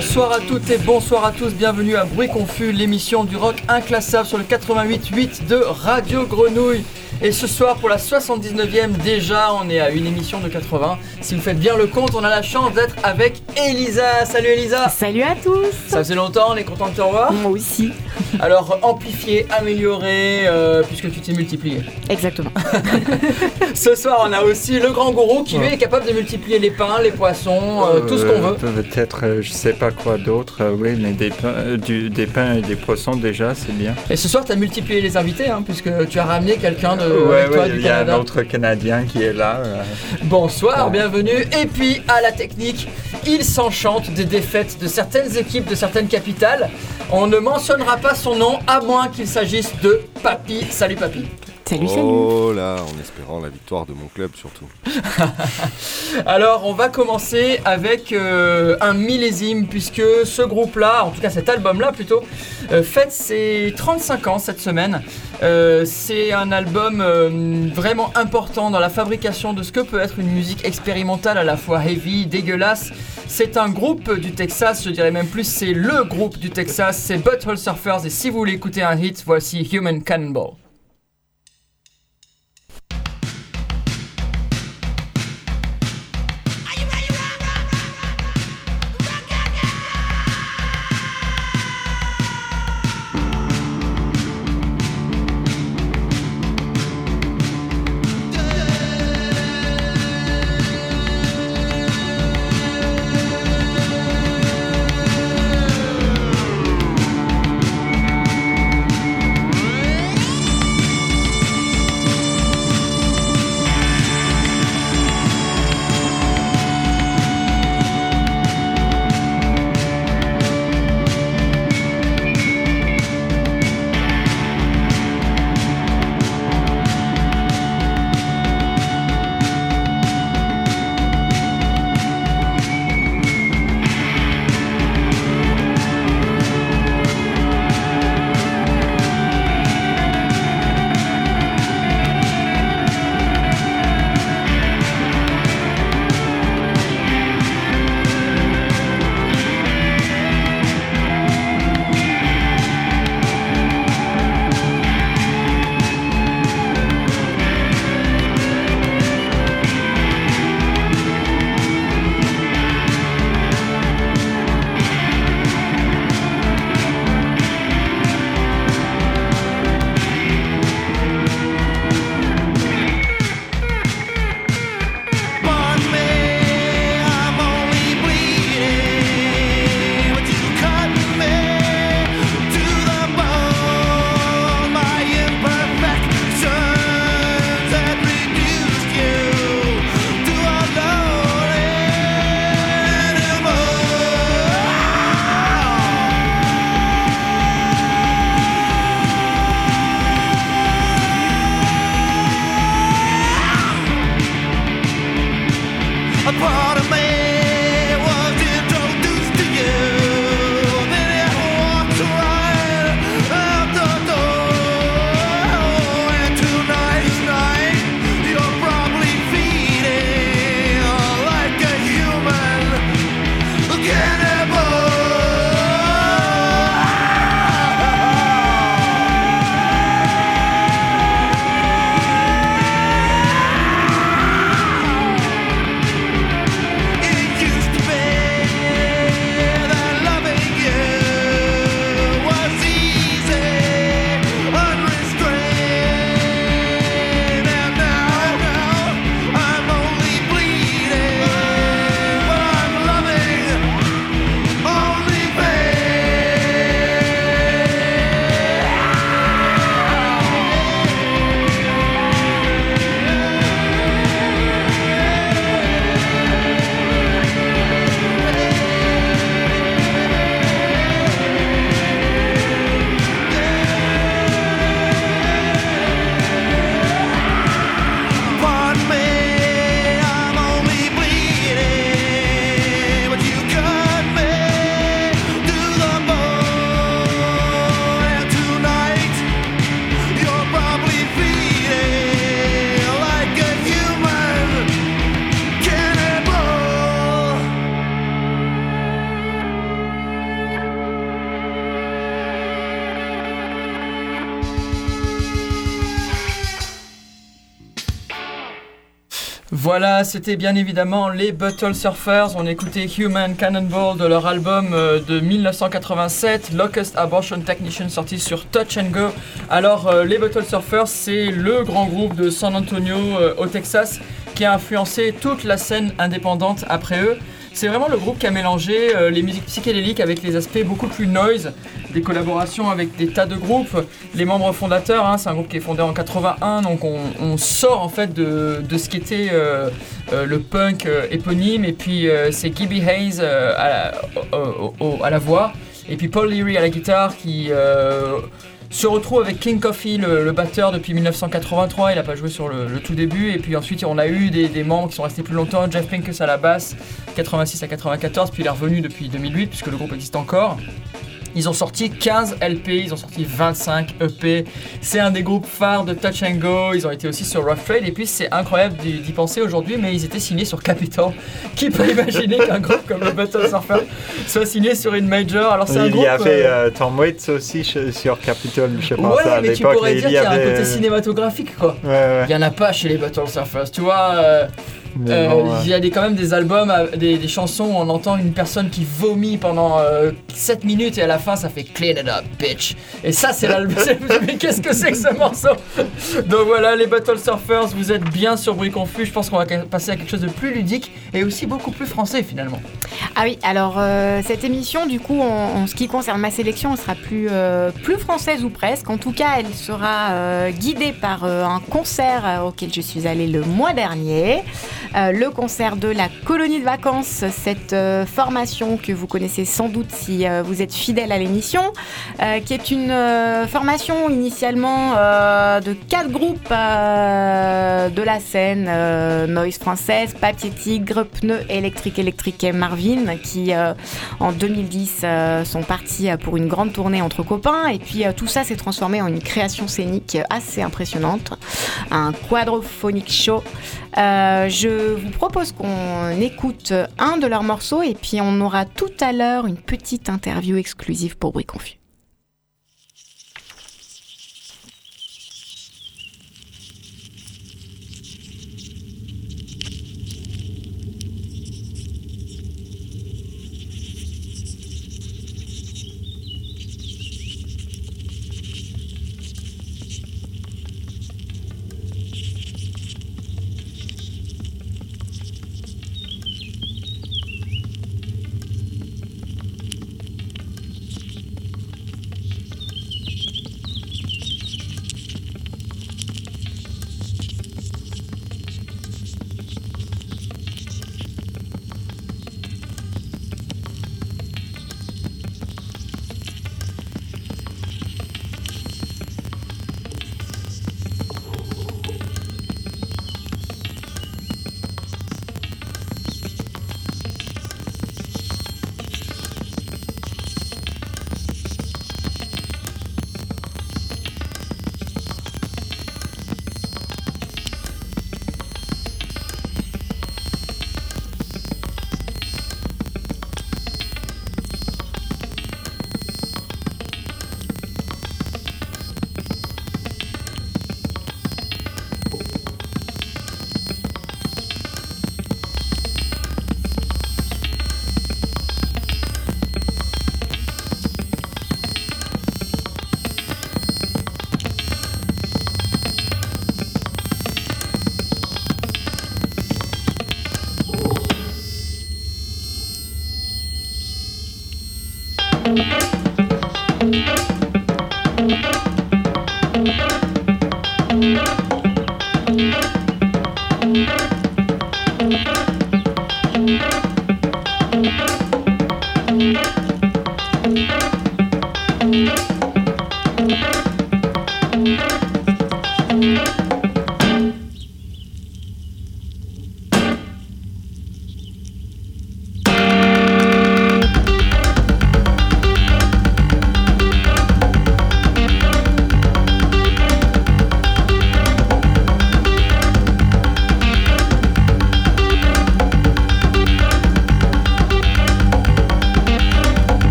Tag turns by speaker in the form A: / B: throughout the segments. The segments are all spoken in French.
A: Bonsoir à toutes et bonsoir à tous, bienvenue à Bruit Confus, l'émission du rock inclassable sur le 88.8 de Radio Grenouille. Et ce soir, pour la 79e déjà, on est à une émission de 80. Si vous faites bien le compte, on a la chance d'être avec Elisa. Salut Elisa.
B: Salut à tous.
A: Ça faisait longtemps, on est content de te revoir.
B: Moi aussi.
A: Alors, amplifié, amélioré, puisque tu t'es multiplié.
B: Exactement.
A: Ce soir, on a aussi le grand gourou qui lui est capable de multiplier les pains, les poissons, tout ce qu'on veut.
C: Peut-être, je sais pas quoi d'autre, oui, mais des pains et des poissons déjà, c'est bien.
A: Et ce soir, tu as multiplié les invités, puisque tu as ramené quelqu'un de toi du
C: il y a
A: Canada.
C: un autre Canadien qui est là.
A: Bonsoir, bienvenue. Et puis, à la technique, il s'enchante des défaites de certaines équipes, de certaines capitales. On ne mentionnera pas son nom, à moins qu'il s'agisse de Papy. Salut Papy.
B: Salut, salut.
D: Oh là, en espérant la victoire de mon club surtout.
A: Alors, on va commencer avec un millésime, puisque ce groupe-là, en tout cas cet album-là plutôt, fête ses 35 ans cette semaine. C'est un album vraiment important dans la fabrication de ce que peut être une musique expérimentale à la fois heavy, dégueulasse. C'est un groupe du Texas, je dirais même plus, c'est le groupe du Texas, c'est Butthole Surfers, et si vous voulez écouter un hit, voici Human Cannonball. Voilà, c'était bien évidemment les Butthole Surfers. On écoutait Human Cannonball de leur album de 1987, Locust Abortion Technician, sorti sur Touch and Go. Alors, les Butthole Surfers, c'est le grand groupe de San Antonio au Texas qui a influencé toute la scène indépendante après eux. C'est vraiment le groupe qui a mélangé les musiques psychédéliques avec les aspects beaucoup plus noise, des collaborations avec des tas de groupes. Les membres fondateurs, c'est un groupe qui est fondé en 81, donc on sort en fait de ce qui était le punk éponyme. Et puis c'est Gibby Hayes à la voix, et puis Paul Leary à la guitare qui se retrouve avec King Coffey, le batteur, depuis 1983. Il n'a pas joué sur le tout début. Et puis ensuite, on a eu des membres qui sont restés plus longtemps. Jeff Pincus à la basse, 86 à 94. Puis il est revenu depuis 2008, puisque le groupe existe encore. Ils ont sorti 15 LP, ils ont sorti 25 EP. C'est un des groupes phares de Touch and Go. Ils ont été aussi sur Rough Trade. Et puis c'est incroyable d'y penser aujourd'hui, mais ils étaient signés sur Capitol. Qui peut imaginer qu'un groupe comme le Butthole Surfers soit signé sur une major? Alors c'est un groupe.
C: Il y avait Tom Waits aussi sur Capitol, je sais pas.
A: Ouais,
C: ça, à
A: mais tu
C: l'époque,
A: pourrais dire qu'il y a un
C: avait...
A: côté cinématographique, quoi.
C: Ouais.
A: Il y en a pas chez les Butthole Surfers, tu vois. Il y a quand même des albums, des chansons où on entend une personne qui vomit pendant 7 minutes et à la fin ça fait Clean it up, bitch. Et ça c'est l'album. Mais qu'est-ce que c'est que ce morceau? Donc voilà, les Butthole Surfers, vous êtes bien sur Bruit Confus. Je pense qu'on va passer à quelque chose de plus ludique et aussi beaucoup plus français finalement.
B: Ah oui, alors cette émission, du coup, en ce qui concerne ma sélection, elle sera plus française ou presque. En tout cas, elle sera guidée par un concert auquel je suis allée le mois dernier. Le concert de la colonie de vacances, cette formation que vous connaissez sans doute si vous êtes fidèle à l'émission, qui est une formation initialement de 4 groupes de la scène noise française, Papier Tigre, Pneus Électrique et Marvin, qui en 2010 sont partis pour une grande tournée entre copains, et puis tout ça s'est transformé en une création scénique assez impressionnante, un quadrophonic show. Je vous propose qu'on écoute un de leurs morceaux et puis on aura tout à l'heure une petite interview exclusive pour Bruit Confus.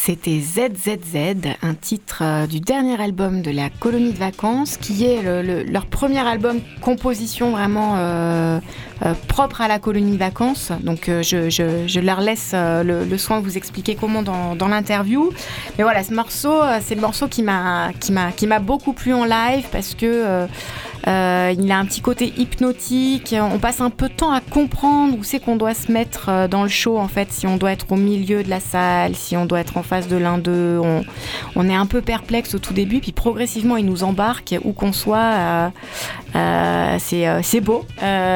B: C'était ZZZ, un titre du dernier album de la Colonie de Vacances, qui est leur premier album composition vraiment propre à la Colonie de Vacances. Donc je leur laisse le soin de vous expliquer comment dans l'interview. Mais voilà, ce morceau, c'est le morceau qui m'a beaucoup plu en live parce que il a un petit côté hypnotique. On passe un peu de temps à comprendre où c'est qu'on doit se mettre dans le show, en fait, si on doit être au milieu de la salle, si on doit être en face de l'un d'eux. On est un peu perplexe au tout début, puis progressivement il nous embarque où qu'on soit. C'est beau.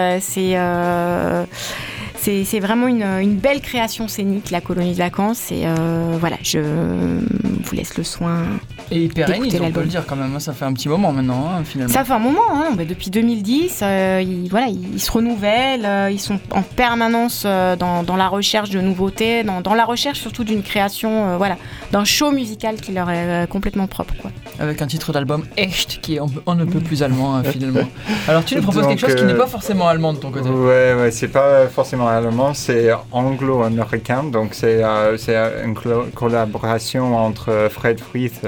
B: C'est vraiment une belle création scénique, la Colonie de Vacances. Et voilà, je vous laisse le soin.
A: Et il pérennise, on peut
B: l'album.
A: le dire quand même. Ça fait un petit moment maintenant, finalement.
B: Ça fait un moment, depuis 2010. Ils se renouvellent. Ils sont en permanence dans la recherche de nouveautés, dans la recherche surtout d'une création, d'un show musical qui leur est complètement propre, quoi.
A: Avec un titre d'album Echt qui est on ne peut plus allemand, finalement. Alors tu nous proposes quelque chose qui n'est pas forcément allemand de ton côté.
C: Ouais, c'est pas forcément allemand, c'est anglo-américain. Donc c'est une collaboration entre Fred Frith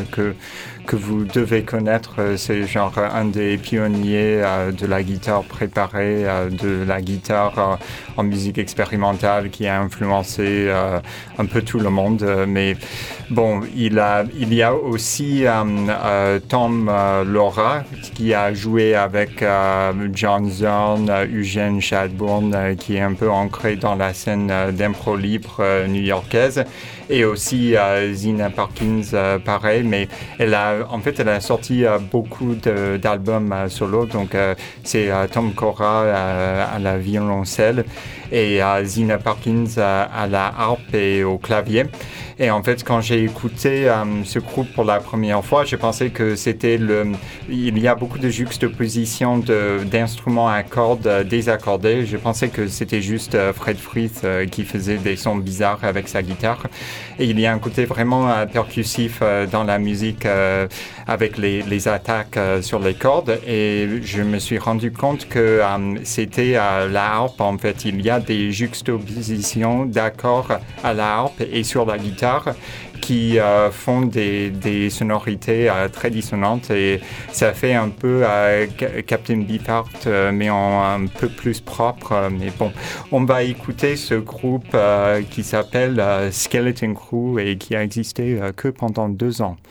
C: que vous devez connaître. C'est genre un des pionniers de la guitare préparée, de la guitare en musique expérimentale qui a influencé un peu tout le monde. Mais bon, il y a aussi Tom Lora qui a joué avec John Zorn, Eugene Shadbourne, qui est un peu ancré dans la scène d'impro libre new-yorkaise. Et aussi Zina Parkins, pareil, mais elle a sorti beaucoup d'albums solo. Donc c'est Tom Cora à la violoncelle et Zina Parkins à la harpe et au clavier. Et en fait, quand j'ai écouté ce groupe pour la première fois, j'ai pensé que il y a beaucoup de juxtapositions d'instruments à cordes désaccordés. Je pensais que c'était juste Fred Frith qui faisait des sons bizarres avec sa guitare. Et il y a un côté vraiment percussif dans la musique avec les attaques sur les cordes. Et je me suis rendu compte que c'était la harpe. En fait, il y a des juxtapositions d'accords à la harpe et sur la guitare qui font des sonorités très dissonantes, et ça fait un peu Captain Beefheart mais un peu plus propre. Mais bon, on va écouter ce groupe qui s'appelle Skeleton Crew et qui a existé que pendant 2 ans.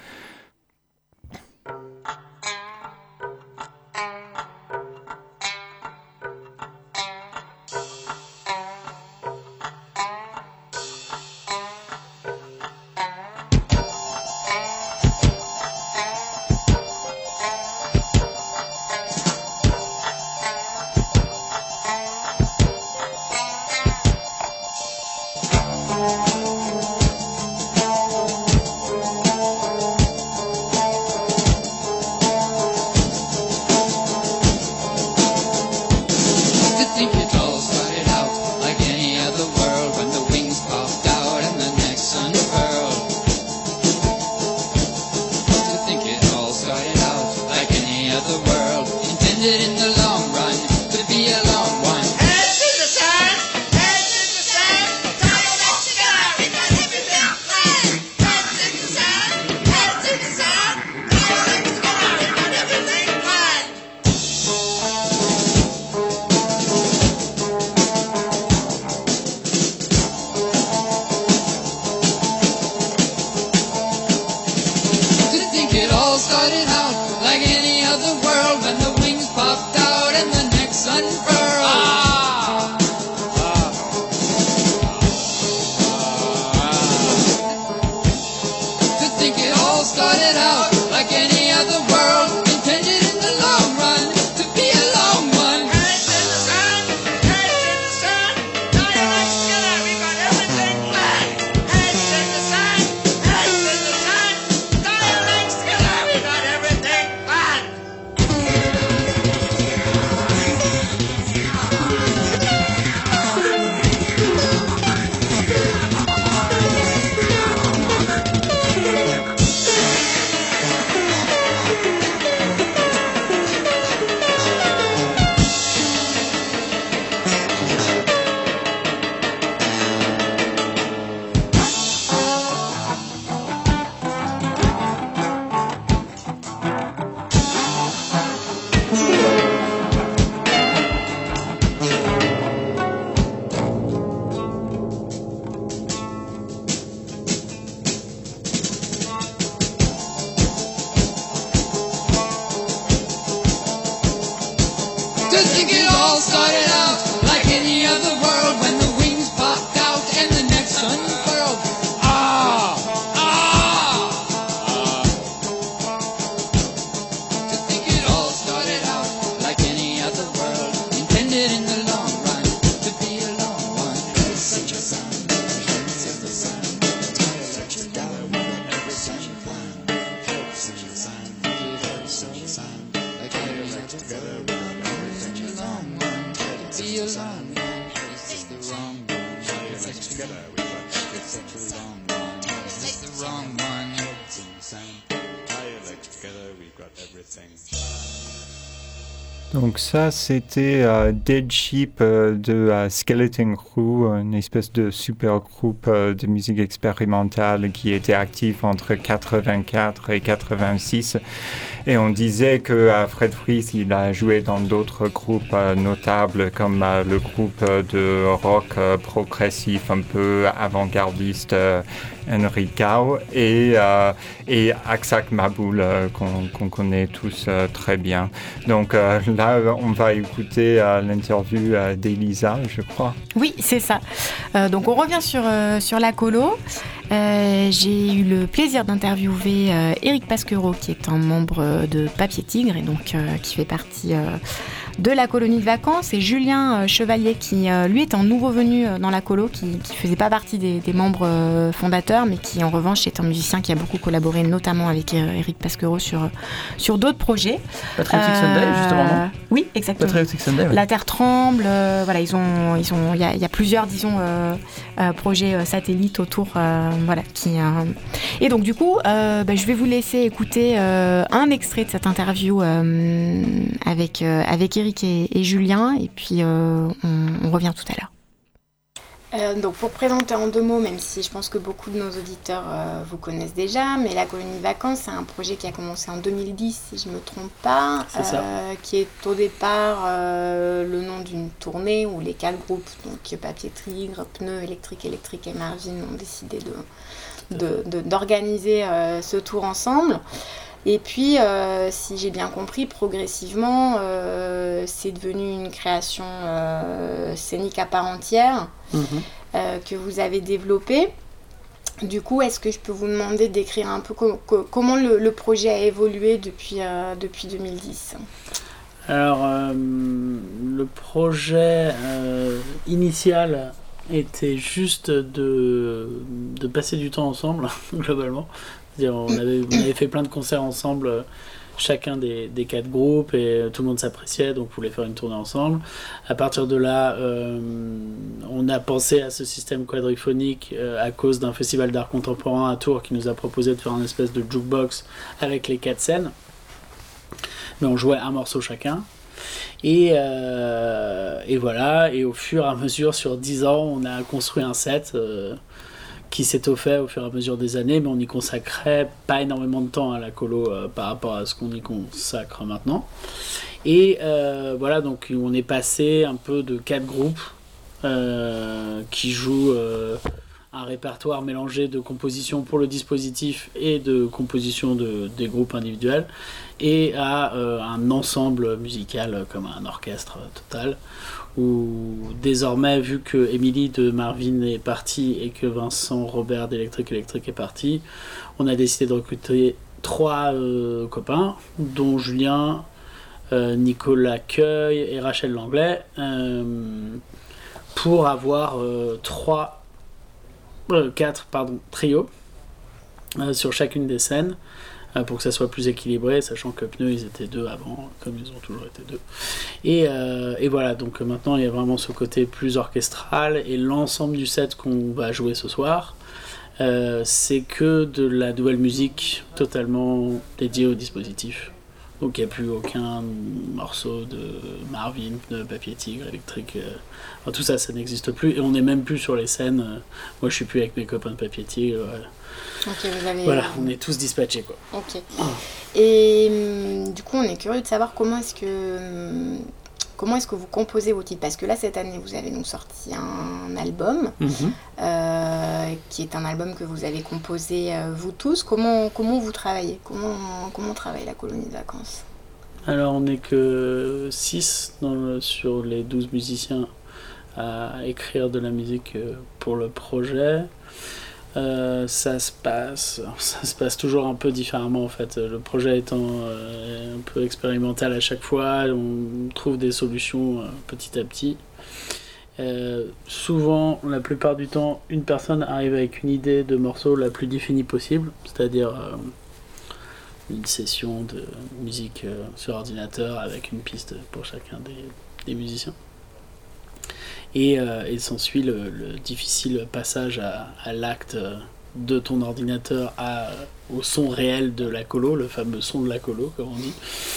E: together we've got everything. It's such a long one. Is this the wrong one? It's insane. Tie your legs together, we've got everything.
C: Donc ça, c'était Dead Sheep de Skeleton Crew, une espèce de super groupe de musique expérimentale qui était actif entre 84 et 86. Et on disait que Fred Frith, il a joué dans d'autres groupes notables comme le groupe de rock progressif un peu avant-gardiste Enrico et Aksak Maboul qu'on connaît tous très bien. Donc là, on va écouter l'interview d'Elisa, je crois.
B: Oui, c'est ça. Donc on revient sur la colo. J'ai eu le plaisir d'interviewer Eric Pasquereau, qui est un membre de Papier Tigre et donc qui fait partie de la colonie de vacances, et Julien Chevalier, qui lui est un nouveau venu dans la colo, qui faisait pas partie des membres fondateurs, mais qui en revanche est un musicien qui a beaucoup collaboré, notamment avec Eric Pasquereau sur d'autres projets.
A: Patriotic Sunday, justement, non ?
B: Oui, exactement.
A: Patriotic Sunday, ouais.
B: La Terre tremble, voilà, il y a plusieurs, disons, projets satellites autour, voilà, et donc du coup, je vais vous laisser écouter un extrait de cette interview avec Eric et Julien, et puis on revient tout à l'heure. Donc pour présenter en 2 mots, même si je pense que beaucoup de nos auditeurs vous connaissent déjà, mais la colonie de vacances, c'est un projet qui a commencé en 2010, si je ne me trompe pas, qui est au départ le nom d'une tournée où les 4 groupes, donc Papier Tigre, Pneus, Électrique et Marvin, ont décidé d'organiser ce tour ensemble. Et puis, si j'ai bien compris, progressivement, c'est devenu une création scénique à part entière que vous avez développée. Du coup, est-ce que je peux vous demander de décrire un peu comment le projet a évolué depuis 2010 ?
F: Alors, le projet initial était juste de passer du temps ensemble, globalement. C'est-à-dire, on avait fait plein de concerts ensemble, chacun des 4 groupes, et tout le monde s'appréciait, donc on voulait faire une tournée ensemble. À partir de là, on a pensé à ce système quadriphonique à cause d'un festival d'art contemporain à Tours qui nous a proposé de faire une espèce de jukebox avec les 4 scènes. Mais on jouait un morceau chacun. Et voilà, et au fur et à mesure, sur 10 ans, on a construit un set qui s'est fait au fur et à mesure des années, mais on n'y consacrait pas énormément de temps à la colo par rapport à ce qu'on y consacre maintenant. Et voilà, donc on est passé un peu de 4 groupes qui jouent un répertoire mélangé de compositions pour le dispositif et de compositions des groupes individuels, et à un ensemble musical comme un orchestre total, où désormais, vu que Émilie de Marvin est partie et que Vincent Robert d'Électrique est parti, on a décidé de recruter 3 copains, dont Julien, Nicolas Cueil et Rachel Langlais, pour avoir 4 trios sur chacune des scènes, pour que ça soit plus équilibré, sachant que Pneus, ils étaient 2 avant, comme ils ont toujours été 2. Et voilà, donc maintenant il y a vraiment ce côté plus orchestral, et l'ensemble du set qu'on va jouer ce soir, c'est que de la nouvelle musique totalement dédiée au dispositif. Donc il n'y a plus aucun morceau de Marvin, de Papier Tigre, Électrique. Enfin, tout ça, ça n'existe plus. Et on n'est même plus sur les scènes. Moi, je suis plus avec mes copains de Papier Tigre.
B: Ok, vous avez...
F: Voilà, on est tous dispatchés, quoi.
B: Ok. Et du coup, on est curieux de savoir comment est-ce que vous composez vos titres. Parce que là, cette année, vous avez donc sorti un album, qui est un album que vous avez composé vous tous. Comment vous travaillez ? Comment travaille la colonie de vacances ?
F: Alors, on n'est que 6 sur les 12 musiciens à écrire de la musique pour le projet. Ça se passe toujours un peu différemment, en fait. Le projet étant un peu expérimental à chaque fois, on trouve des solutions petit à petit. Souvent, la plupart du temps, une personne arrive avec une idée de morceau la plus définie possible, c'est-à-dire une session de musique sur ordinateur avec une piste pour chacun des musiciens. Et s'ensuit le difficile passage à l'acte de ton ordinateur au son réel de la colo, le fameux son de la colo, comme on dit.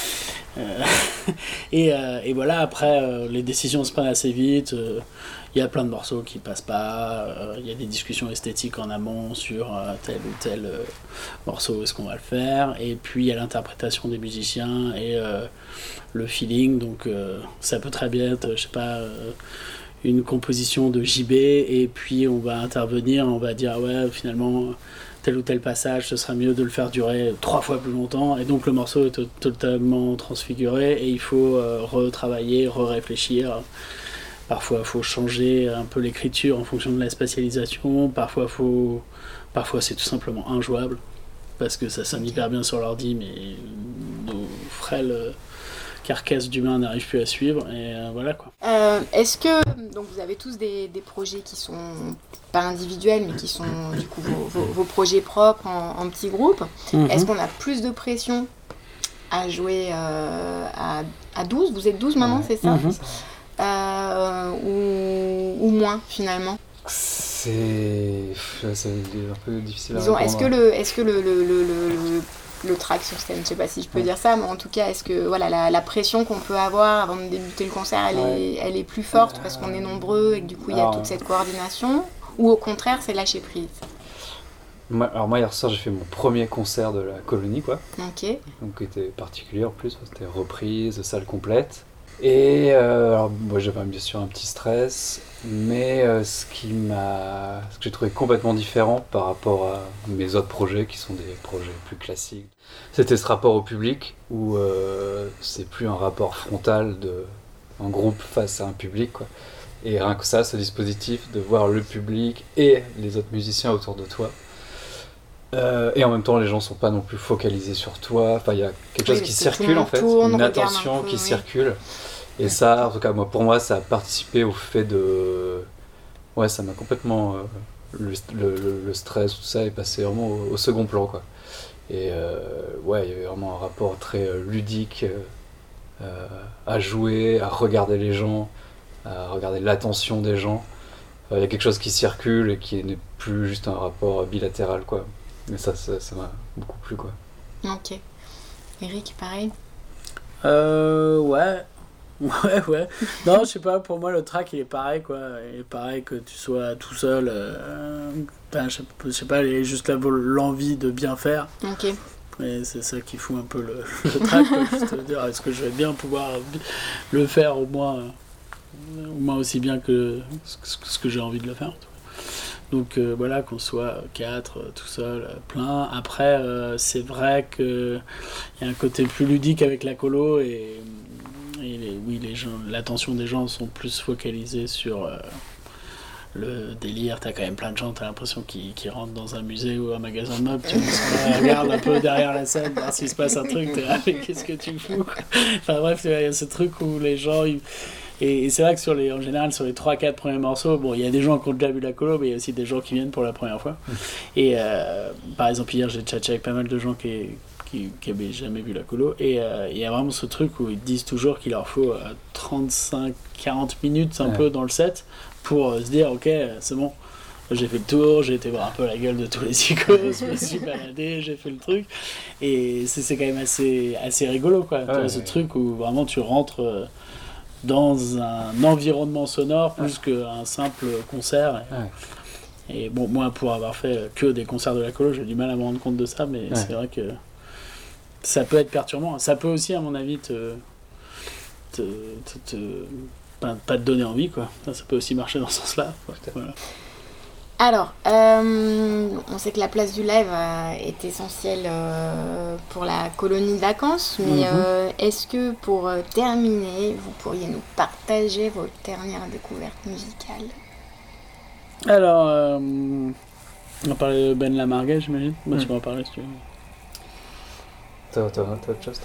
F: Et voilà, après, les décisions se prennent assez vite. Il y a plein de morceaux qui passent pas. Il y a des discussions esthétiques en amont sur tel ou tel morceau, est-ce qu'on va le faire. Et puis, il y a l'interprétation des musiciens et le feeling. Donc, ça peut très bien être, je sais pas... une composition de JB et puis on va intervenir, on va dire ouais finalement tel ou tel passage ce sera mieux de le faire durer 3 fois plus longtemps et donc le morceau est totalement transfiguré et il faut retravailler, réfléchir. Parfois il faut changer un peu l'écriture en fonction de la spatialisation, parfois c'est tout simplement injouable parce que ça sonne hyper bien sur l'ordi mais nos frêles carcasse d'humain n'arrive plus à suivre et voilà quoi.
B: Est-ce que donc vous avez tous des projets qui sont pas individuels mais qui sont du coup vos projets propres en petits groupes. Est-ce qu'on a plus de pression à jouer à 12? Vous êtes 12 maintenant, c'est ça? Ou moins finalement?
G: C'est un peu difficile à
B: Disons,
G: répondre.
B: est-ce que le track sur scène, je sais pas si je peux dire ça, mais en tout cas, est-ce que voilà, la pression qu'on peut avoir avant de débuter le concert, elle est plus forte parce qu'on est nombreux et que du coup il y a toute cette coordination, ou au contraire c'est lâcher prise?
G: Moi hier soir j'ai fait mon premier concert de la colonie quoi.
B: Ok.
G: Donc qui était particulier en plus, c'était reprise, salle complète. Et alors moi j'avais bien sûr un petit stress, mais ce que j'ai trouvé complètement différent par rapport à mes autres projets qui sont des projets plus classiques, c'était ce rapport au public où c'est plus un rapport frontal d'un groupe face à un public quoi. Et rien que ça, ce dispositif de voir le public et les autres musiciens autour de toi. Et en même temps, les gens sont pas non plus focalisés sur toi. Enfin, il y a quelque chose qui circule en fait, une attention qui circule. Et ça, en tout cas, pour moi, ça a participé au fait de... Ouais, ça m'a complètement... le stress, tout ça est passé vraiment au second plan, quoi. Et ouais, il y avait vraiment un rapport très ludique à jouer, à regarder les gens, à regarder l'attention des gens. Enfin, il y a quelque chose qui circule et qui n'est plus juste un rapport bilatéral, quoi. Mais ça m'a beaucoup plu, quoi.
B: Ok. Eric, pareil?
F: Ouais. Non, je sais pas, pour moi le track il est pareil quoi. Il est pareil que tu sois tout seul. Je sais pas, il y a juste l'envie de bien faire.
B: Ok.
F: Et c'est ça qui fout un peu le track quoi. Juste dire, est-ce que je vais bien pouvoir le faire au moins aussi bien que ce que j'ai envie de le faire. Donc voilà, qu'on soit 4, tout seul, plein. Après, c'est vrai qu'il y a un côté plus ludique avec la colo et les gens, l'attention des gens sont plus focalisées sur le délire. T'as quand même plein de gens, t'as l'impression qui rentrent dans un musée ou un magasin de meubles, tu regardes un peu derrière la scène, voir s'il se passe un truc, t'es là, mais qu'est-ce que tu fous quoi. Enfin bref, il y a ce truc où les gens... Et c'est vrai que en général, sur les 3-4 premiers morceaux, bon, il y a des gens qui ont déjà vu la colo, mais il y a aussi des gens qui viennent pour la première fois. Et par exemple, hier, j'ai tchatché avec pas mal de gens qui n'avaient jamais vu la colo. Et il y a vraiment ce truc où ils disent toujours qu'il leur faut 35-40 minutes un peu dans le set pour se dire, ok, c'est bon. J'ai fait le tour, j'ai été voir un peu la gueule de tous les icônes, je me suis baladé, j'ai fait le truc. Et c'est quand même assez rigolo, quoi. Ce truc où vraiment tu rentres... dans un environnement sonore plus qu'un simple concert. Et bon, moi, pour avoir fait que des concerts de la colo, j'ai du mal à me rendre compte de ça, mais c'est vrai que ça peut être perturbant. Ça peut aussi, à mon avis, pas te donner envie, quoi. Ça peut aussi marcher dans ce sens-là. Voilà.
B: Alors, on sait que la place du live est essentielle pour la colonie de vacances, mais est-ce que pour terminer, vous pourriez nous partager votre dernière découverte musicale?
F: Alors, on va parler de Ben Lamarguet, j'imagine. Moi, tu peux en parler si tu veux.
G: T'as autre chose?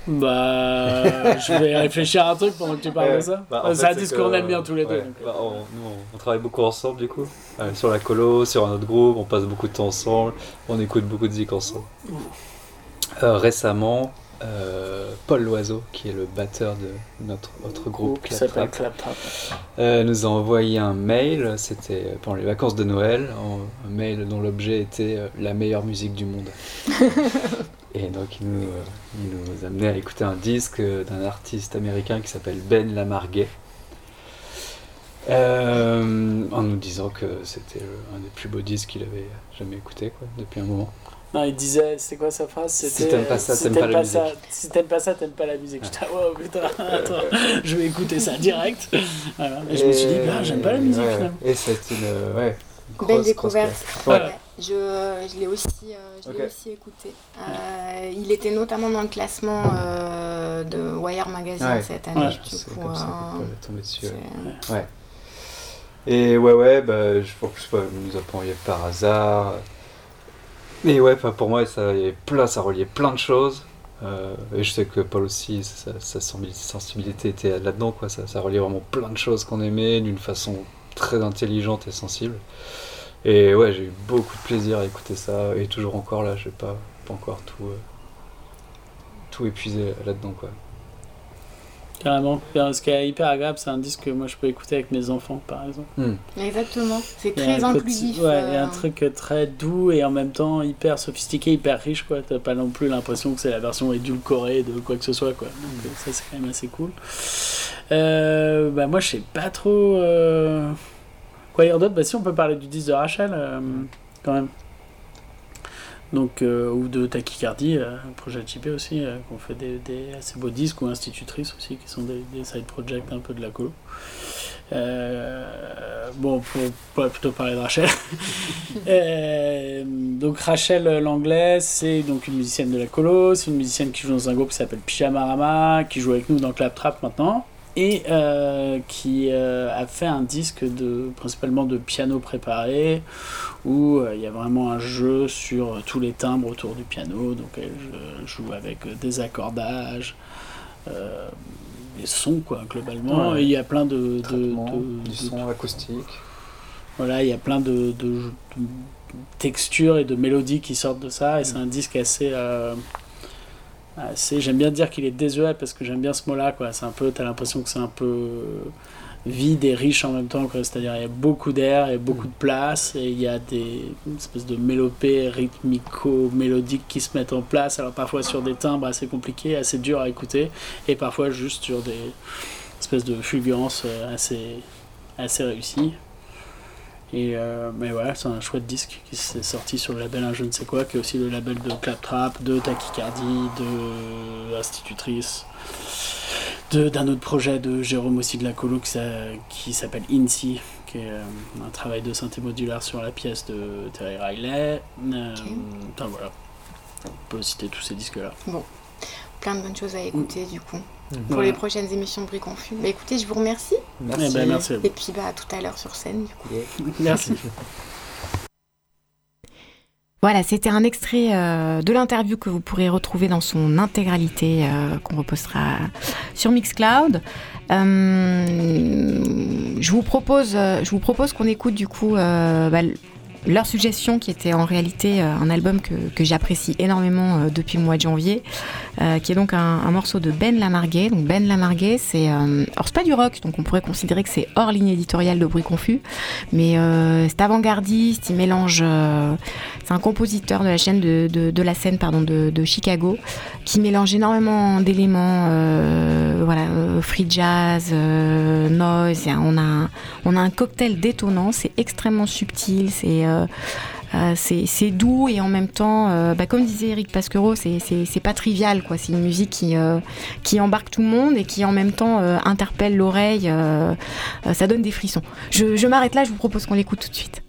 F: Je vais réfléchir à un truc pendant que tu parles de ça. C'est un disque qu'on aime bien tous les deux.
G: On travaille beaucoup ensemble du coup, sur la colo, sur un autre groupe, on passe beaucoup de temps ensemble, on écoute beaucoup de musique ensemble. Récemment, Paul Loiseau, qui est le batteur de notre autre groupe
F: qui s'appelle
G: Claptrap,
F: Claptrap.
G: nous a envoyé un mail, c'était pendant les vacances de Noël, un mail dont l'objet était la meilleure musique du monde. Et donc il nous amenait à écouter un disque d'un artiste américain qui s'appelle Ben Lamarguet, en nous disant que c'était un des plus beaux disques qu'il avait jamais écouté depuis un moment.
F: Non, il disait, c'est quoi sa phrase? C'était,
G: si t'aimes pas ça, t'aimes pas la musique.
F: Si t'aimes pas ça, t'aimes pas la musique. J'étais, wow, putain, attends, je vais écouter ça direct. Voilà. Et je me suis dit, j'aime pas la musique finalement.
G: Et c'est une
B: belle découverte.
G: Ouais.
B: Je l'ai aussi, aussi écouté. Il était notamment dans le classement de Wire Magazine cette année.
G: C'est comme ça qu'on peut tomber dessus. Ouais. Et je pense que nous avons eu par hasard. Mais pour moi, ça reliait plein de choses. Et je sais que Paul aussi, sa sensibilité était là-dedans, quoi. Ça reliait vraiment plein de choses qu'on aimait d'une façon très intelligente et sensible. Et j'ai eu beaucoup de plaisir à écouter ça. Et toujours encore là, je n'ai pas encore tout épuisé là-dedans, quoi.
F: Carrément. Ce qui est hyper agréable, c'est un disque que moi je peux écouter avec mes enfants, par exemple.
B: Exactement. C'est très inclusif.
F: Il y a un truc très doux et en même temps hyper sophistiqué, hyper riche, quoi. T'as pas non plus l'impression que c'est la version édulcorée de quoi que ce soit, quoi. Donc ça, c'est quand même assez cool. Moi, je sais pas trop quoi dire d'autre. Si on peut parler du disque de Rachel, quand même. Donc, ou de Tachycardie, projet JP aussi, qu'on fait des assez beaux disques, ou Institutrices aussi, qui sont des side projects un peu de la colo. Pour plutôt parler de Rachel. Donc Rachel Langlais, c'est donc une musicienne de la colo, c'est une musicienne qui joue dans un groupe qui s'appelle Pyjamarama, qui joue avec nous dans Claptrap maintenant, et qui a fait un disque principalement de piano préparé, où il y a vraiment un jeu sur tous les timbres autour du piano, donc elle joue avec des accordages, des sons, quoi, globalement, et il y a plein de
G: sons acoustiques.
F: Voilà, il y a plein de textures et de mélodies qui sortent de ça, et c'est un disque assez j'aime bien dire qu'il est désuet, parce que j'aime bien ce mot-là, quoi. C'est un peu, t'as l'impression que c'est un peu vide et riche en même temps, quoi. C'est-à-dire il y a beaucoup d'air, il y a beaucoup de place, et il y a des espèces de mélopées rythmico-mélodiques qui se mettent en place, alors parfois sur des timbres assez compliqués, assez durs à écouter, et parfois juste sur des espèces de fulgurances assez réussies. Mais voilà, c'est un chouette disque qui s'est sorti sur le label Un Je ne sais quoi, qui est aussi le label de Claptrap, de Tachycardie, de Institutrice, d'un autre projet de Jérôme aussi de la colo qui s'appelle INSI, qui est un travail de synthé modulaire sur la pièce de Terry Riley. Enfin voilà, on peut citer tous ces disques-là.
B: Bon, plein de bonnes choses à écouter du coup. Pour les prochaines émissions de Bruit Confus. Écoutez, je vous remercie.
G: Merci.
F: Merci à vous.
B: Et puis à tout à l'heure sur scène, du coup.
F: Merci.
B: Voilà, c'était un extrait de l'interview que vous pourrez retrouver dans son intégralité, qu'on repostera sur Mixcloud. Je vous propose qu'on écoute du coup leur suggestion, qui était en réalité un album que j'apprécie énormément depuis le mois de janvier, qui est donc un morceau de Ben Lamarguet. Donc Ben Lamarguet, alors c'est pas du rock, donc on pourrait considérer que c'est hors ligne éditoriale de Bruit Confus, mais c'est avant-gardiste, il mélange, c'est un compositeur de la scène de Chicago, qui mélange énormément d'éléments, free jazz, noise, on a un cocktail détonnant, c'est extrêmement subtil, c'est doux, et en même temps, comme disait Eric Pasquereau, c'est pas trivial, quoi. C'est une musique qui embarque tout le monde et qui en même temps interpelle l'oreille, ça donne des frissons. Je m'arrête là, je vous propose qu'on l'écoute tout de suite.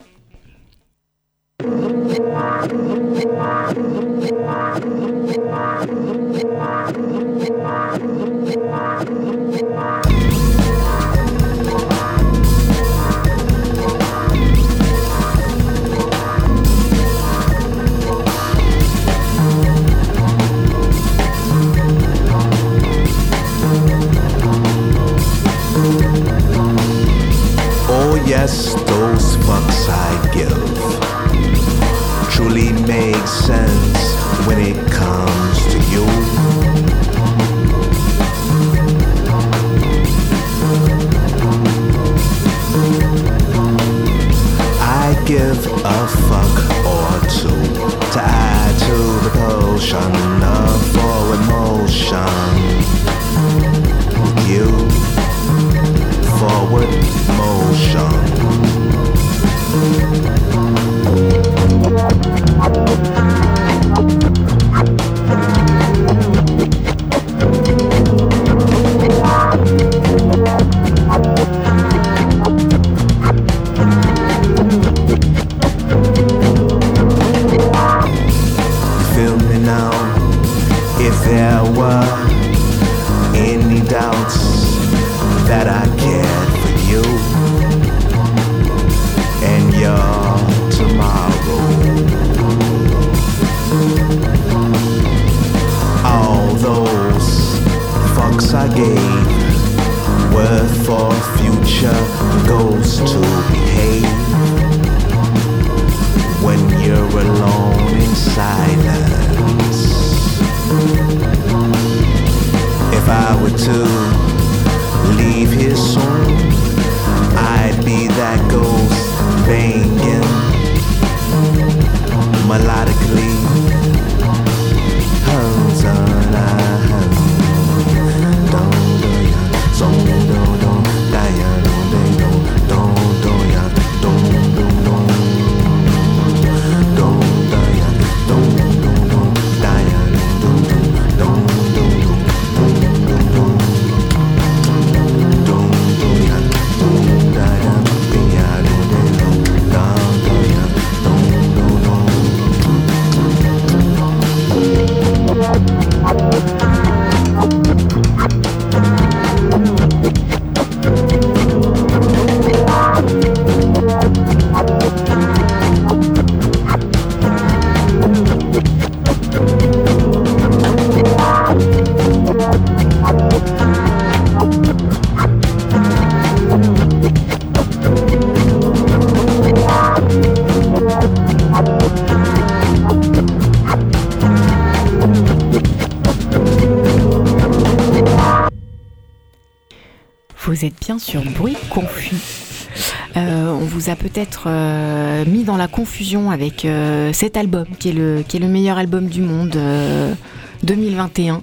H: Oh yes, those fucks I give truly make sense when it comes to you. give a fuck or two to add to the potion of forward motion. You forward motion. Feel me now, if there were any doubts that I cared for you and your tomorrow. All those fucks I gave were for future goals to behave. When you're alone in silence, if I were to leave here soon, I'd be that ghost banging melodically. Hands on a hand, don't do ya, so don't die ya, don't do ya, don't die ya, don't die ya,
B: Vous êtes bien sur Bruit Confus. On vous a peut-être mis dans la confusion avec cet album qui est le meilleur album du monde 2021.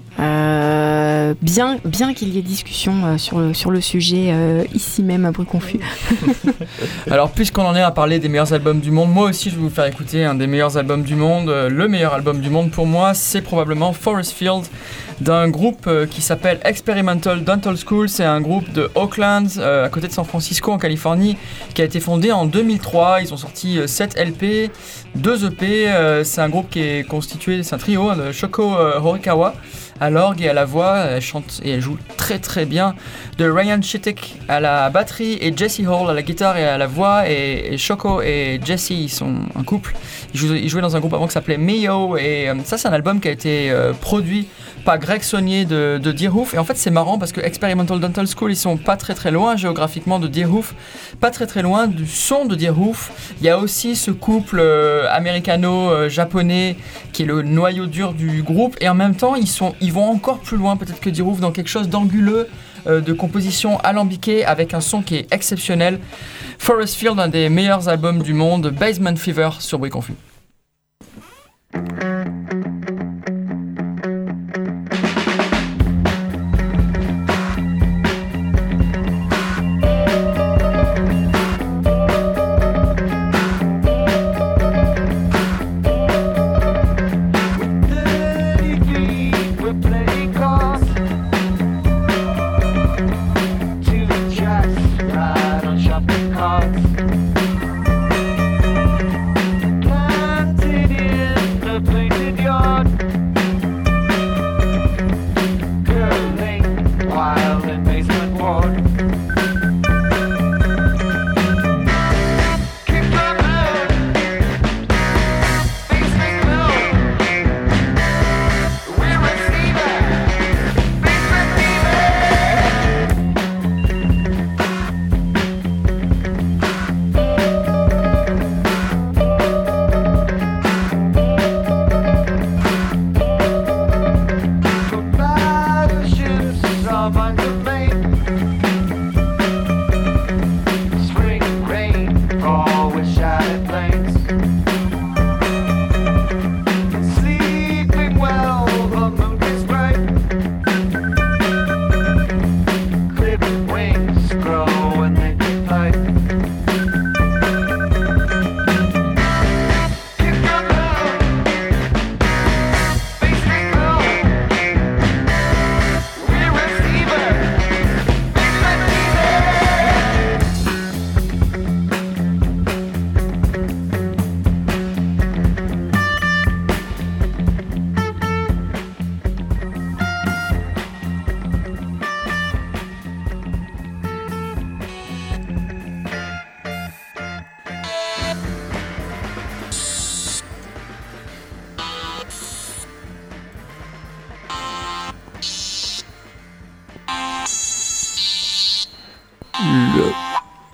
B: Bien qu'il y ait discussion sur le sujet ici même à Bruit Confus.
A: Alors puisqu'on en est à parler des meilleurs albums du monde, moi aussi je vais vous faire écouter un des meilleurs albums du monde. Le meilleur album du monde pour moi, c'est probablement Forest Field, d'un groupe qui s'appelle Experimental Dental School. C'est un groupe de Oakland, à côté de San Francisco en Californie, qui a été fondé en 2003. Ils ont sorti 7 LP, 2 EP. C'est un groupe qui est constitué, c'est un trio de Shoko Horikawa à l'orgue et à la voix. Elle chante et elle joue très très bien. De Ryan Chittick à la batterie et Jesse Hall à la guitare et à la voix. Et Shoko et Jesse, ils sont un couple. Ils jouaient dans un groupe avant qui s'appelait Mayo. Et ça, c'est un album qui a été produit par Greg Saunier de Deerhoof. Et en fait, c'est marrant parce que Experimental Dental School, ils sont pas très très loin géographiquement de Deerhoof, pas très très loin du son de Deerhoof. Il y a aussi ce couple américano-japonais qui est le noyau dur du groupe. Et en même temps, ils vont encore plus loin peut-être que Deerhoof dans quelque chose d'anguleux, de composition alambiquée avec un son qui est exceptionnel. Forest Field, un des meilleurs albums du monde, Basement Fever sur Bruit Confus.
I: Right on shopping carts.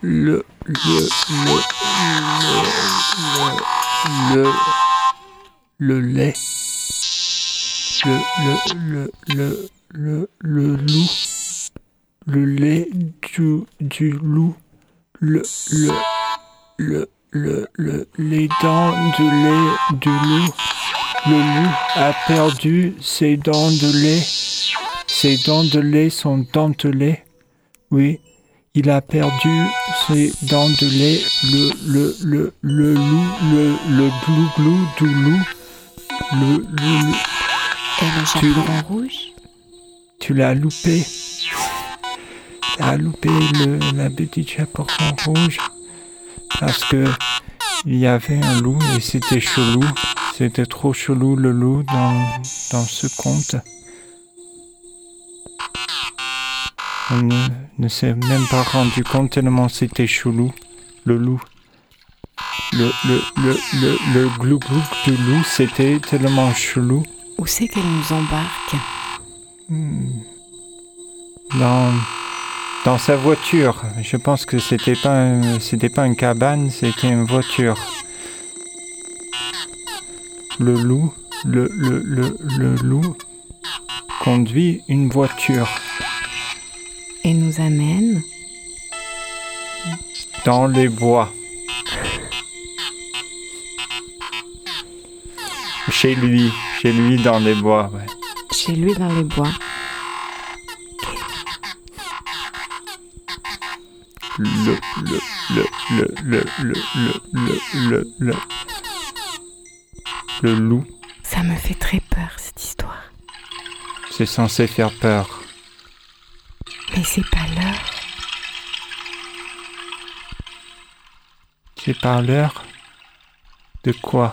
C: le lait. Le loup. Le lait du loup. Les dents de lait du loup. Le loup a perdu ses dents de lait. Ses dents de lait sont dentelées. Oui, il a perdu ses dents de lait. Le loup, le glou-glou du loup. Le
B: Et le chaperon rouge?
C: Tu l'as loupé. Tu as loupé la petite chaperon rouge. Parce que il y avait un loup et c'était chelou. C'était trop chelou le loup dans ce conte. On ne s'est même pas rendu compte tellement c'était chelou, le loup. Le glou-glou du loup, c'était tellement chelou.
B: Où c'est qu'elle nous embarque?
C: Dans sa voiture. Je pense que c'était pas une cabane, c'était une voiture. Le loup conduit une voiture.
B: Et nous amène
C: dans les bois. Chez lui dans les bois, ouais.
B: Chez lui dans les bois.
C: Le loup.
B: Ça me fait très peur cette histoire.
C: C'est censé faire peur.
B: Mais c'est pas l'heure.
C: C'est pas l'heure? De quoi?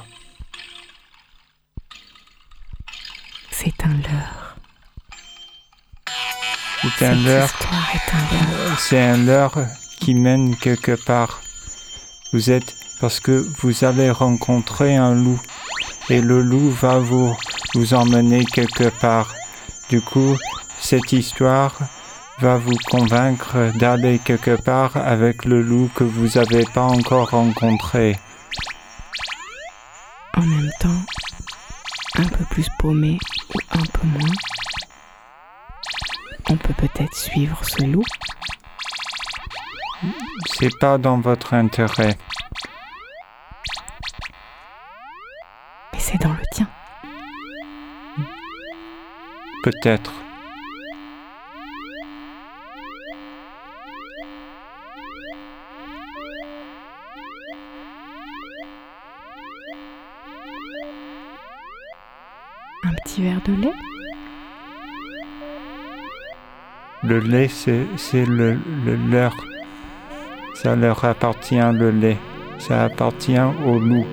B: C'est un leurre.
C: C'est un leurre.
B: Cette histoire est un leurre.
C: C'est un leurre qui mène quelque part. Parce que vous allez rencontrer un loup. Et le loup va vous emmener quelque part. Du coup, cette histoire va vous convaincre d'aller quelque part avec le loup que vous n'avez pas encore rencontré.
B: En même temps, un peu plus paumé ou un peu moins, on peut peut-être suivre ce loup.
C: C'est pas dans votre intérêt.
B: Mais c'est dans le tien.
C: Peut-être.
B: Un petit verre de lait?
C: Le lait, c'est le leur. Ça leur appartient, le lait. Ça appartient au loup.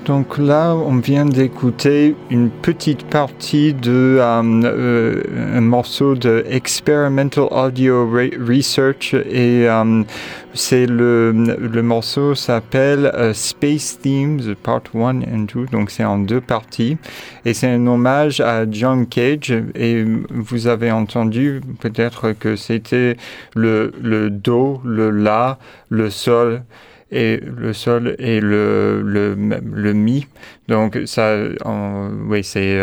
C: Donc là, on vient d'écouter une petite partie de un morceau de Experimental Audio Research et c'est le morceau s'appelle Space Themes Part 1 and 2, donc c'est en 2 parties et c'est un hommage à John Cage et vous avez entendu peut-être que c'était le Do, le La, le Sol et le Mi. Donc ça, oui, c'est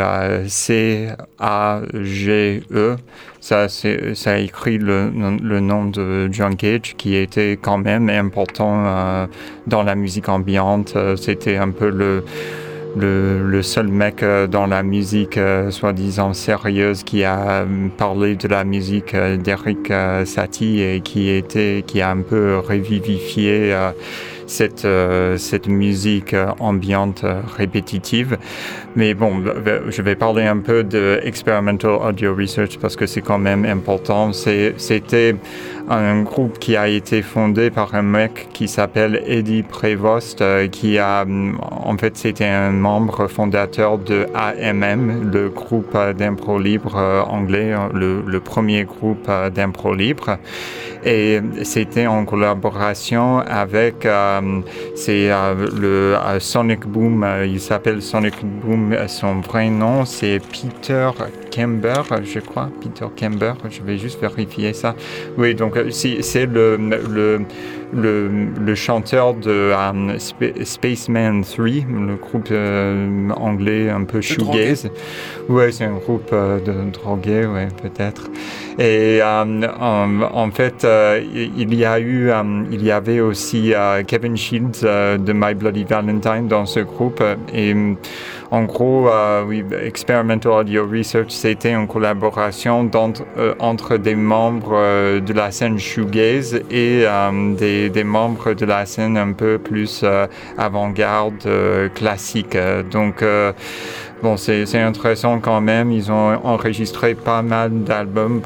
C: C-A-G-E. Ça écrit le nom de John Cage, qui était quand même important dans la musique ambiante. C'était un peu le seul mec dans la musique soi-disant sérieuse qui a parlé de la musique d'Eric Satie et qui a un peu revivifié cette musique ambiante répétitive. Mais bon, je vais parler un peu de Experimental Audio Research parce que c'est quand même important. C'était un groupe qui a été fondé par un mec qui s'appelle Eddie Prevost, en fait, c'était un membre fondateur de AMM, le groupe d'impro libre anglais, le premier groupe d'impro libre. Et c'était en collaboration avec le Sonic Boom. Il s'appelle Sonic Boom. Son vrai nom, c'est Peter Kember, je crois. Peter Kember. Je vais juste vérifier ça. Oui, donc c'est le chanteur de Spaceman 3, le groupe anglais un peu shoegaze. Ouais, c'est un groupe de drogués, ouais, peut-être. Et en fait, il y avait aussi Kevin Shields de My Bloody Valentine dans ce groupe. Et en gros, oui, Experimental Audio Research, c'était une collaboration entre des membres de la scène shoegaze et des membres de la scène un peu plus avant-garde, classique. Donc, bon, c'est intéressant quand même. Ils ont enregistré pas mal d'albums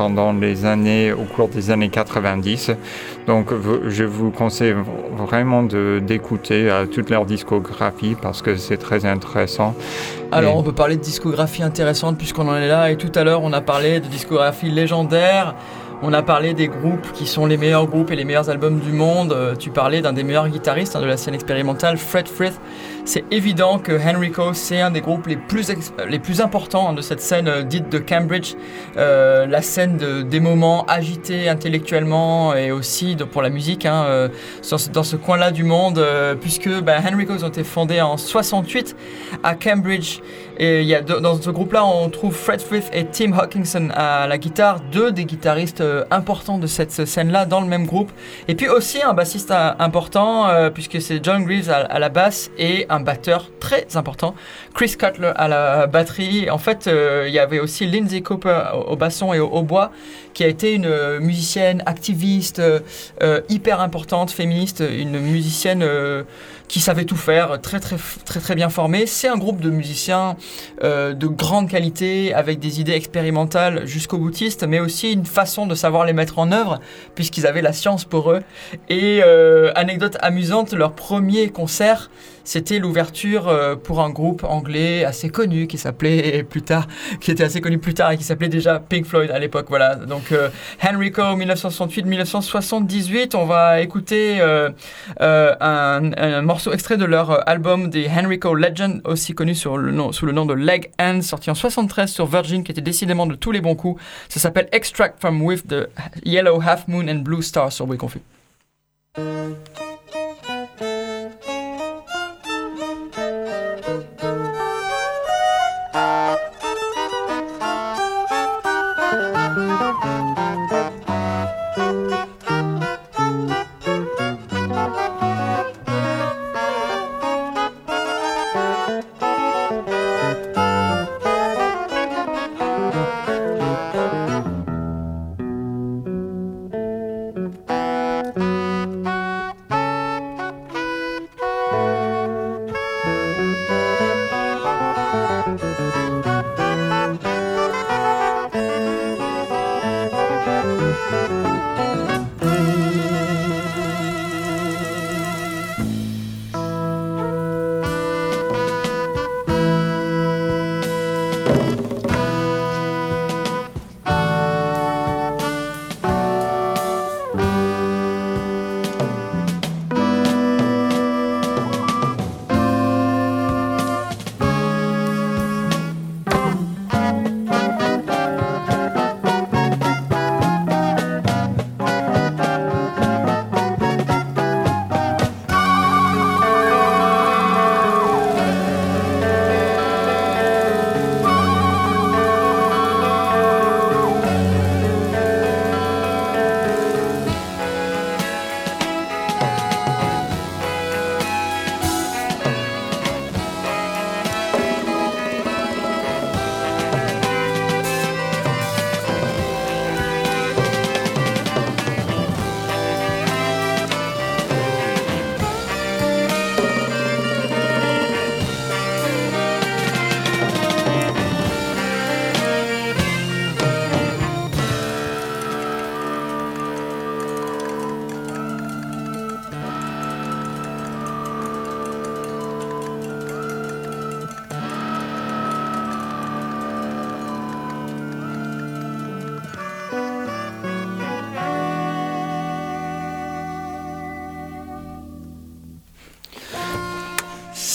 C: au cours des années 90. Donc, je vous conseille vraiment d'écouter toute leur discographie parce que c'est très intéressant.
A: Alors, on peut parler de discographie intéressante puisqu'on en est là. Et tout à l'heure, on a parlé de discographie légendaire. On a parlé des groupes qui sont les meilleurs groupes et les meilleurs albums du monde. Tu parlais d'un des meilleurs guitaristes de la scène expérimentale, Fred Frith. C'est évident que Henrico, c'est un des groupes les plus importants de cette scène dite de Cambridge. La scène des moments agités intellectuellement et aussi pour la musique dans ce coin-là du monde, puisque Henrico's ont été fondés en 68 à Cambridge. Et dans ce groupe-là, on trouve Fred Frith et Tim Hawkinson à la guitare, deux des guitaristes importants de cette scène-là dans le même groupe. Et puis aussi un bassiste important, puisque c'est John Greaves à la basse et un batteur très important, Chris Cutler à la batterie. En fait, il y avait aussi Lindsay Cooper au basson et au hautbois, qui a été une musicienne activiste hyper importante, féministe, une musicienne qui savait tout faire, très très très très bien formée. C'est un groupe de musiciens de grande qualité, avec des idées expérimentales jusqu'au boutiste, mais aussi une façon de savoir les mettre en œuvre, puisqu'ils avaient la science pour eux. Et anecdote amusante, leur premier concert, c'était l'ouverture pour un groupe anglais assez connu qui était assez connu plus tard et qui s'appelait déjà Pink Floyd à l'époque. Voilà. Donc Henrico 1968-1978, on va écouter un morceau extrait de leur album The Henrico Legend, aussi connu sous le nom de Leg Hand, sorti en 73 sur Virgin, qui était décidément de tous les bons coups. Ça s'appelle Extract from With the Yellow Half Moon and Blue Star sur Bruit Confus.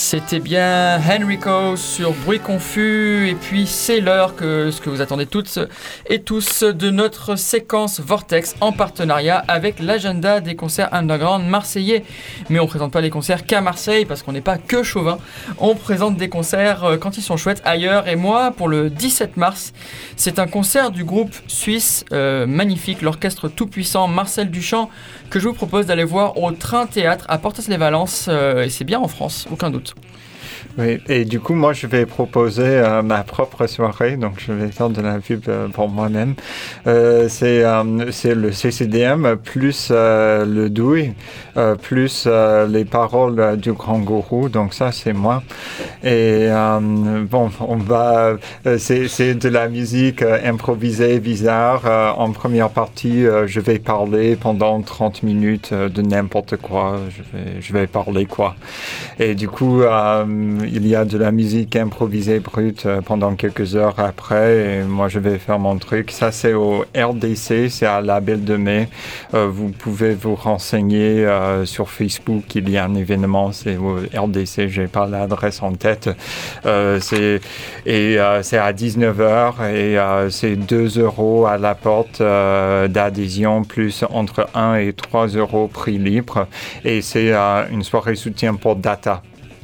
A: C'était bien Henrico sur Bruit Confus, et puis c'est l'heure que ce que vous attendez toutes et tous de notre séquence Vortex en partenariat avec l'agenda des concerts underground marseillais. Mais on ne présente pas les concerts qu'à Marseille parce qu'on n'est pas que chauvin, on présente des concerts quand ils sont chouettes ailleurs. Et moi, pour le 17 mars, c'est un concert du groupe suisse magnifique, l'orchestre tout-puissant Marcel Duchamp, que je vous propose d'aller voir au Train Théâtre à Portas-les-Valences, et c'est bien en France, aucun doute.
C: Oui, et du coup, moi, je vais proposer ma propre soirée, donc je vais faire de la pub pour moi-même. C'est le CCDM plus le Douille, plus les paroles du Grand Gourou, donc ça, c'est moi. Et bon, c'est de la musique improvisée, bizarre. En première partie, je vais parler pendant 30 minutes de n'importe quoi. Je vais parler quoi. Et du coup, il y a de la musique improvisée brute pendant quelques heures après, et moi je vais faire mon truc. Ça, c'est au RDC, c'est à la Belle de Mai. Vous pouvez vous renseigner sur Facebook, il y a un événement, c'est au RDC, j'ai pas l'adresse en tête. C'est à 19h et c'est 2 € à la porte d'adhésion, plus entre 1 et 3 € prix libre, et c'est une soirée soutien pour Data.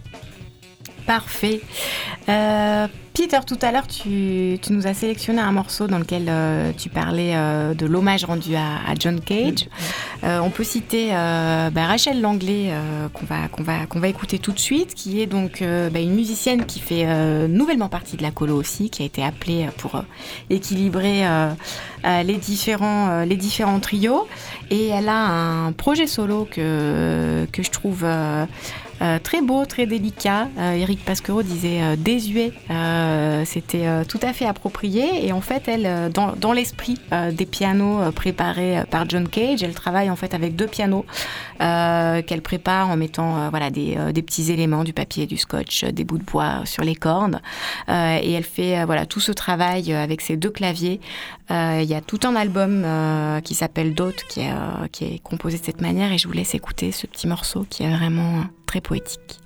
B: Parfait. Peter, tout à l'heure, tu nous as sélectionné un morceau dans lequel tu parlais de l'hommage rendu à John Cage. On peut citer Rachel Langlais, qu'on va écouter tout de suite, qui est donc une musicienne qui fait nouvellement partie de la colo aussi, qui a été appelée pour équilibrer les différents trios. Et elle a un projet solo que je trouve très beau, très délicat. Éric Pasquereau disait désuet. C'était tout à fait approprié. Et en fait, elle, dans l'esprit des pianos préparés par John Cage, elle travaille en fait avec 2 pianos qu'elle prépare en mettant des petits éléments, du papier, du scotch, des bouts de bois sur les cordes. Et elle fait tout ce travail avec ces 2 claviers. Il y a tout un album qui s'appelle Dot qui est composé de cette manière, et je vous laisse écouter ce petit morceau qui est vraiment très poétique.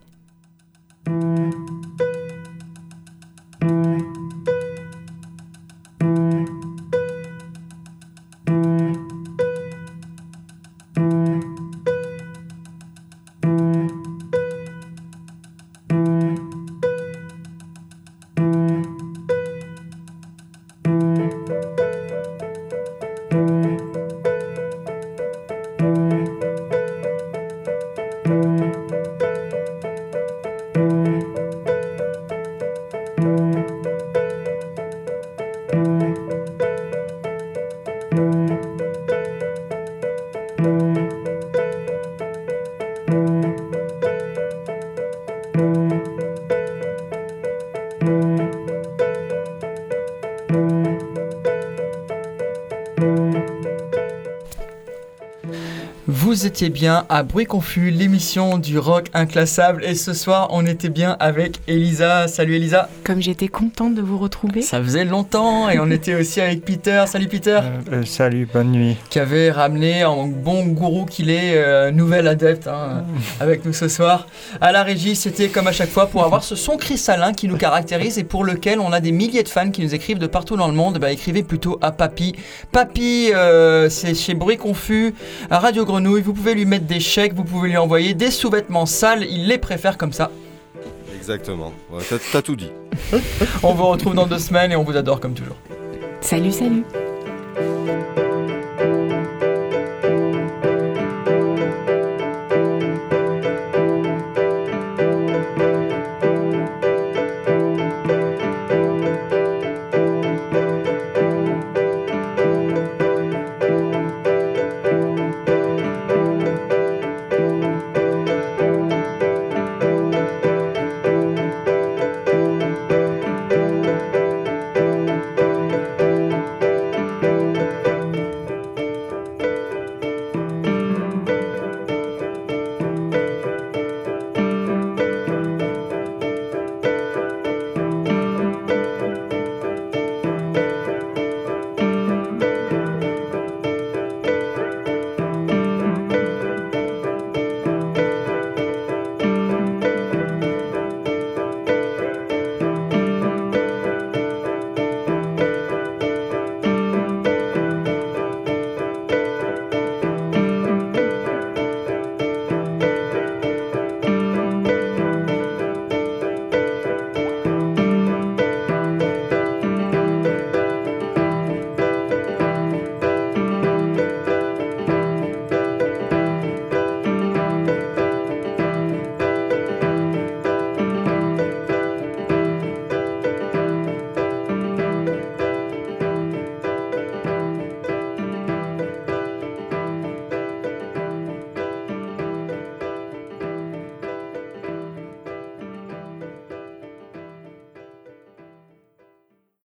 A: Vous étiez bien à Bruit Confus, l'émission du rock inclassable, et ce soir on était bien avec Elisa. Salut Elisa.
B: Comme j'étais contente de vous retrouver.
A: Ça faisait longtemps, et on était aussi avec Peter. Salut Peter.
C: Salut, bonne nuit.
A: Qui avait ramené, en bon gourou qu'il est, nouvel adepte avec nous ce soir. À la régie, c'était comme à chaque fois pour avoir ce son cristallin qui nous caractérise et pour lequel on a des milliers de fans qui nous écrivent de partout dans le monde. Écrivez plutôt à Papy. Papy, c'est chez Bruit Confus, à Radio Grenouille. Vous pouvez lui mettre des chèques, vous pouvez lui envoyer des sous-vêtements sales, il les préfère comme ça.
D: Exactement, ouais, t'as tout dit.
A: On vous retrouve dans 2 semaines et on vous adore comme toujours.
B: Salut.